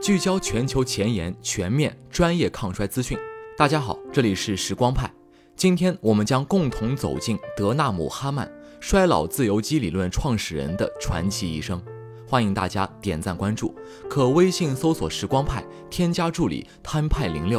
聚焦全球前沿、全面、专业抗衰资讯。大家好，这里是时光派。今天我们将共同走进德纳姆·哈曼，衰老自由基理论创始人的传奇一生。欢迎大家点赞关注，可微信搜索时光派，添加助理 TimePie06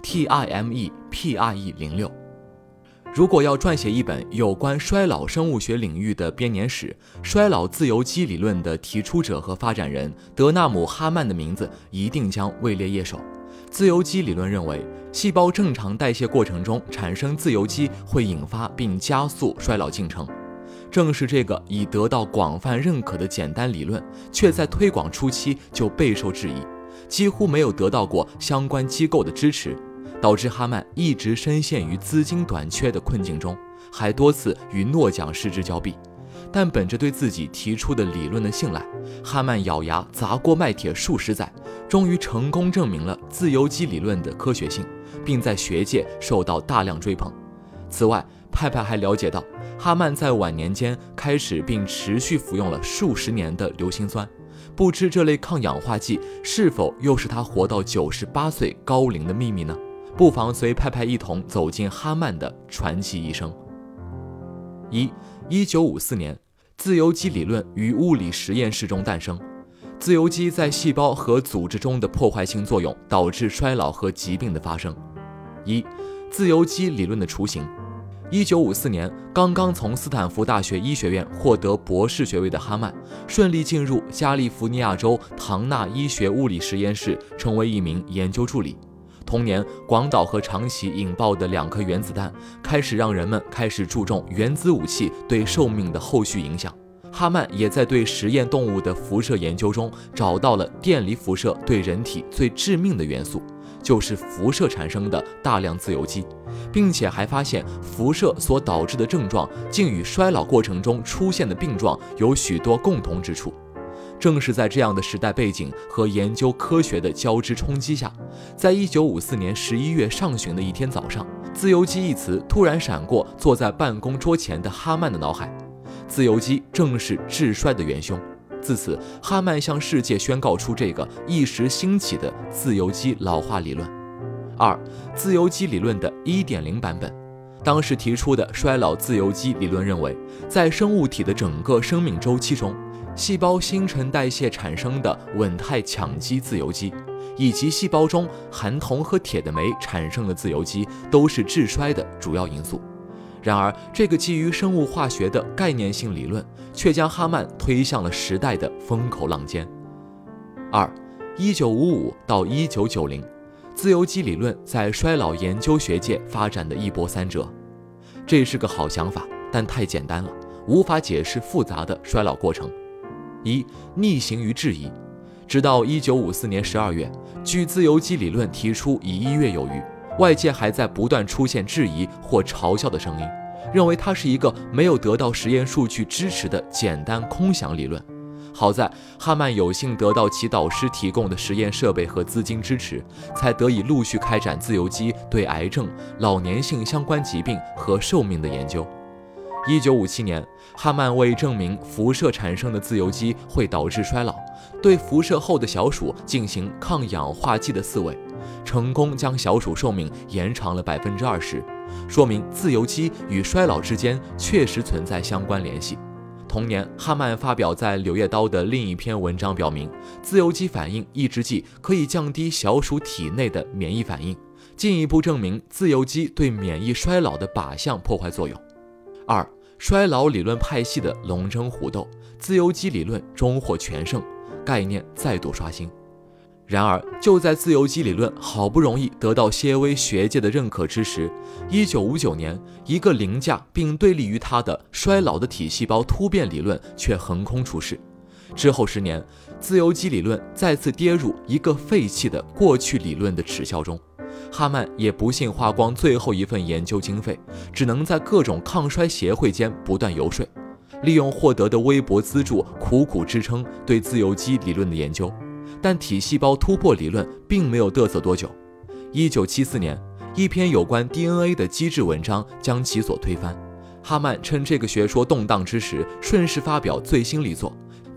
TIMEPRE06。如果要撰写一本有关衰老生物学领域的编年史，衰老自由基理论的提出者和发展人德纳姆·哈曼的名字一定将位列页首。自由基理论认为，细胞正常代谢过程中产生自由基会引发并加速衰老进程。正是这个已得到广泛认可的简单理论，却在推广初期就备受质疑，几乎没有得到过相关机构的支持，导致哈曼一直深陷于资金短缺的困境中，还多次与诺奖失之交臂。但本着对自己提出的理论的信赖，哈曼咬牙砸锅卖铁数十载，终于成功证明了自由基理论的科学性，并在学界受到大量追捧。此外，派派还了解到，哈曼在晚年间开始并持续服用了数十年的硫辛酸，不知这类抗氧化剂是否又是他活到98岁高龄的秘密呢？不妨随派派一同走进哈曼的传奇一生。1954年，自由基理论于物理实验室中诞生。自由基在细胞和组织中的破坏性作用导致衰老和疾病的发生。自由基理论的雏形。1954年，刚刚从斯坦福大学医学院获得博士学位的哈曼，顺利进入加利福尼亚州唐纳医学物理实验室，成为一名研究助理。同年，广岛和长崎引爆的2颗原子弹，开始让人们开始注重原子武器对寿命的后续影响。哈曼也在对实验动物的辐射研究中找到了电离辐射对人体最致命的元素，就是辐射产生的大量自由基，并且还发现辐射所导致的症状竟与衰老过程中出现的病状有许多共同之处。正是在这样的时代背景和研究科学的交织冲击下，在1954年11月上旬的一天早上，自由基一词突然闪过坐在办公桌前的哈曼的脑海。自由基正是致衰的元凶。自此，哈曼向世界宣告出这个一时兴起的自由基老化理论。自由基理论的 1.0 版本。当时提出的衰老自由基理论认为，在生物体的整个生命周期中，细胞新陈代谢产生的稳态羟基自由基，以及细胞中含铜和铁的酶产生的自由基，都是致衰的主要因素。然而，这个基于生物化学的概念性理论，却将哈曼推向了时代的风口浪尖。1955到1990，自由基理论在衰老研究学界发展的一波三折。这是个好想法，但太简单了，无法解释复杂的衰老过程。逆行于质疑。直到1954年12月，距自由基理论提出已1月有余，外界还在不断出现质疑或嘲笑的声音，认为它是一个没有得到实验数据支持的简单空想理论。好在哈曼有幸得到其导师提供的实验设备和资金支持，才得以陆续开展自由基对癌症、老年性相关疾病和寿命的研究。1957年，哈曼为证明辐射产生的自由基会导致衰老，对辐射后的小鼠进行抗氧化剂的饲喂，成功将小鼠寿命延长了20%，说明自由基与衰老之间确实存在相关联系。同年，哈曼发表在《柳叶刀》的另一篇文章，表明自由基反应抑制剂可以降低小鼠体内的免疫反应，进一步证明自由基对免疫衰老的靶向破坏作用。衰老理论派系的龙争虎斗，自由基理论终获全胜，概念再度刷新。然而，就在自由基理论好不容易得到些微学界的认可之时，1959年，一个凌驾并对立于它的衰老的体细胞突变理论却横空出世。之后10年，自由基理论再次跌入一个废弃的过去理论的耻笑中。哈曼也不幸花光最后一份研究经费，只能在各种抗衰协会间不断游说，利用获得的微薄资助苦苦支撑对自由基理论的研究。但体细胞突破理论并没有嘚瑟多久。1974年，一篇有关 DNA 的机制文章将其所推翻。哈曼趁这个学说动荡之时，顺势发表最新力作，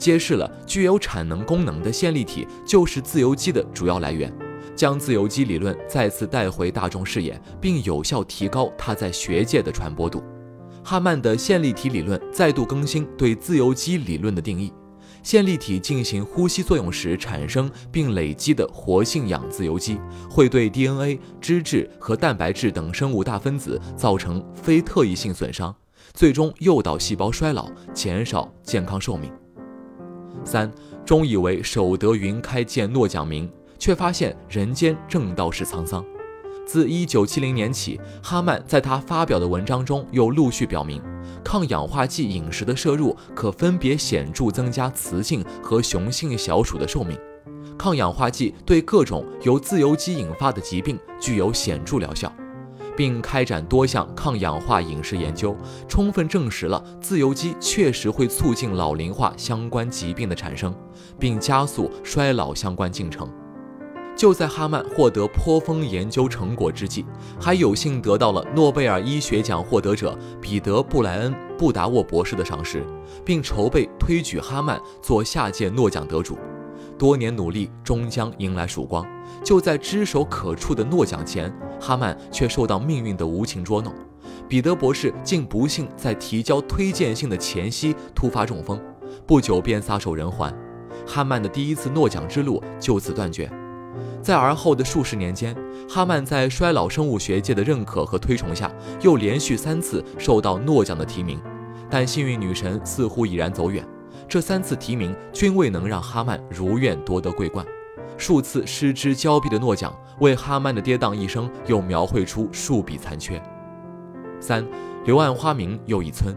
揭示了具有产能功能的线粒体就是自由基的主要来源，将自由基理论再次带回大众视野，并有效提高它在学界的传播度。哈曼的线粒体理论再度更新对自由基理论的定义，线粒体进行呼吸作用时产生并累积的活性氧自由基，会对 DNA、脂质和蛋白质等生物大分子造成非特异性损伤，最终诱导细胞衰老，减少健康寿命。3. 终以为守得云开见诺奖名，却发现人间正道是沧桑。自1970年起，哈曼在他发表的文章中又陆续表明，抗氧化剂饮食的摄入可分别显著增加雌性和雄性小鼠的寿命。抗氧化剂对各种由自由基引发的疾病具有显著疗效，并开展多项抗氧化饮食研究，充分证实了自由基确实会促进老龄化相关疾病的产生，并加速衰老相关进程。就在哈曼获得颇丰研究成果之际，还有幸得到了诺贝尔医学奖获得者彼得·布莱恩·布达沃博士的赏识，并筹备推举哈曼做下届诺奖得主。多年努力终将迎来曙光，就在只手可触的诺奖前，哈曼却受到命运的无情捉弄。彼得博士竟不幸在提交推荐信的前夕突发中风，不久便撒手人寰。哈曼的第一次诺奖之路就此断绝。在而后的数十年间，哈曼在衰老生物学界的认可和推崇下，又连续3次受到诺奖的提名，但幸运女神似乎已然走远，这3次提名均未能让哈曼如愿夺得桂冠。数次失之交臂的诺奖，为哈曼的跌宕一生又描绘出数笔残缺。3. 柳暗花明又一村，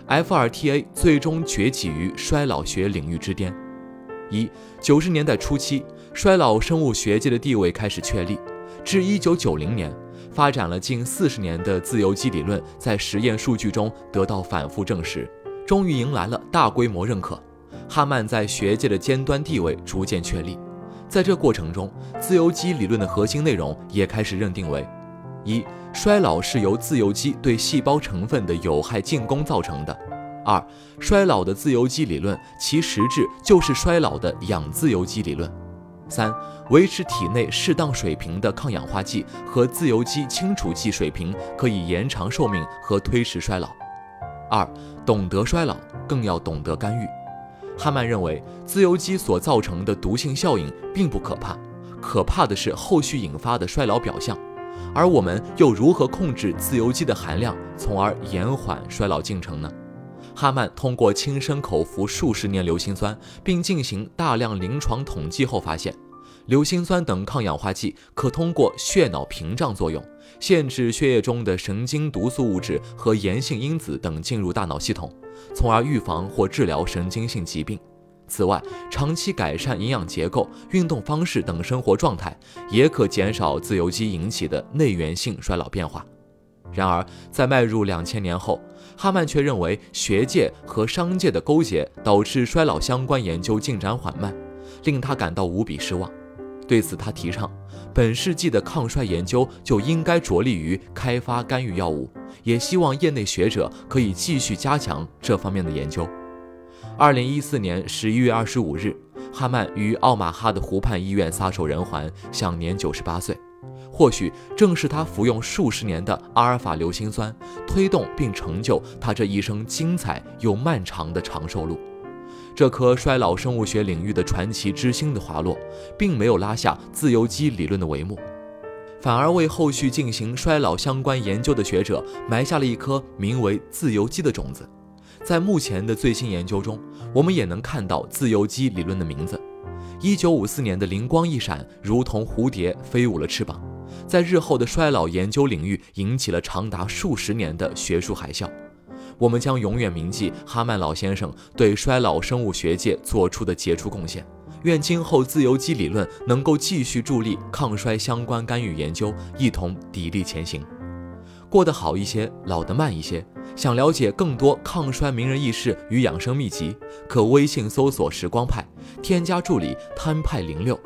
FRTA 最终崛起于衰老学领域之巅。90年代初期，衰老生物学界的地位开始确立，至1990年，发展了近40年的自由基理论在实验数据中得到反复证实，终于迎来了大规模认可。哈曼在学界的尖端地位逐渐确立。在这过程中，自由基理论的核心内容也开始认定为：衰老是由自由基对细胞成分的有害进攻造成的。2. 衰老的自由基理论，其实质就是衰老的氧自由基理论。3. 维持体内适当水平的抗氧化剂和自由基清除剂水平可以延长寿命和推迟衰老。2. 懂得衰老，更要懂得干预。哈曼认为，自由基所造成的毒性效应并不可怕，可怕的是后续引发的衰老表象。而我们又如何控制自由基的含量，从而延缓衰老进程呢？哈曼通过亲身口服数十年硫辛酸，并进行大量临床统计后发现，硫辛酸等抗氧化剂可通过血脑屏障作用，限制血液中的神经毒素物质和炎性因子等进入大脑系统，从而预防或治疗神经性疾病。此外，长期改善营养结构、运动方式等生活状态，也可减少自由基引起的内源性衰老变化。然而，在迈入2000年后，哈曼却认为学界和商界的勾结导致衰老相关研究进展缓慢，令他感到无比失望。对此，他提倡，本世纪的抗衰研究就应该着力于开发干预药物，也希望业内学者可以继续加强这方面的研究。2014年11月25日，哈曼于奥马哈的湖畔医院撒手人寰，享年98岁。或许正是他服用数十年的阿尔法硫辛酸，推动并成就他这一生精彩又漫长的长寿路。这颗衰老生物学领域的传奇之星的滑落，并没有拉下自由基理论的帷幕，反而为后续进行衰老相关研究的学者埋下了一颗名为自由基的种子。在目前的最新研究中，我们也能看到自由基理论的名字。1954年的灵光一闪，如同蝴蝶飞舞了翅膀，在日后的衰老研究领域引起了长达数十年的学术海啸。我们将永远铭记哈曼老先生对衰老生物学界做出的杰出贡献。愿今后自由基理论能够继续助力抗衰相关干预研究，一同砥砺前行。过得好一些，老得慢一些。想了解更多抗衰名人轶事与养生秘籍，可微信搜索时光派，添加助理 timepie06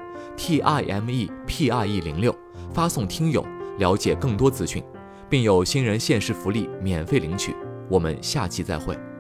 TIMEPIE06，发送听友了解更多资讯，并有新人限时福利免费领取。我们下期再会。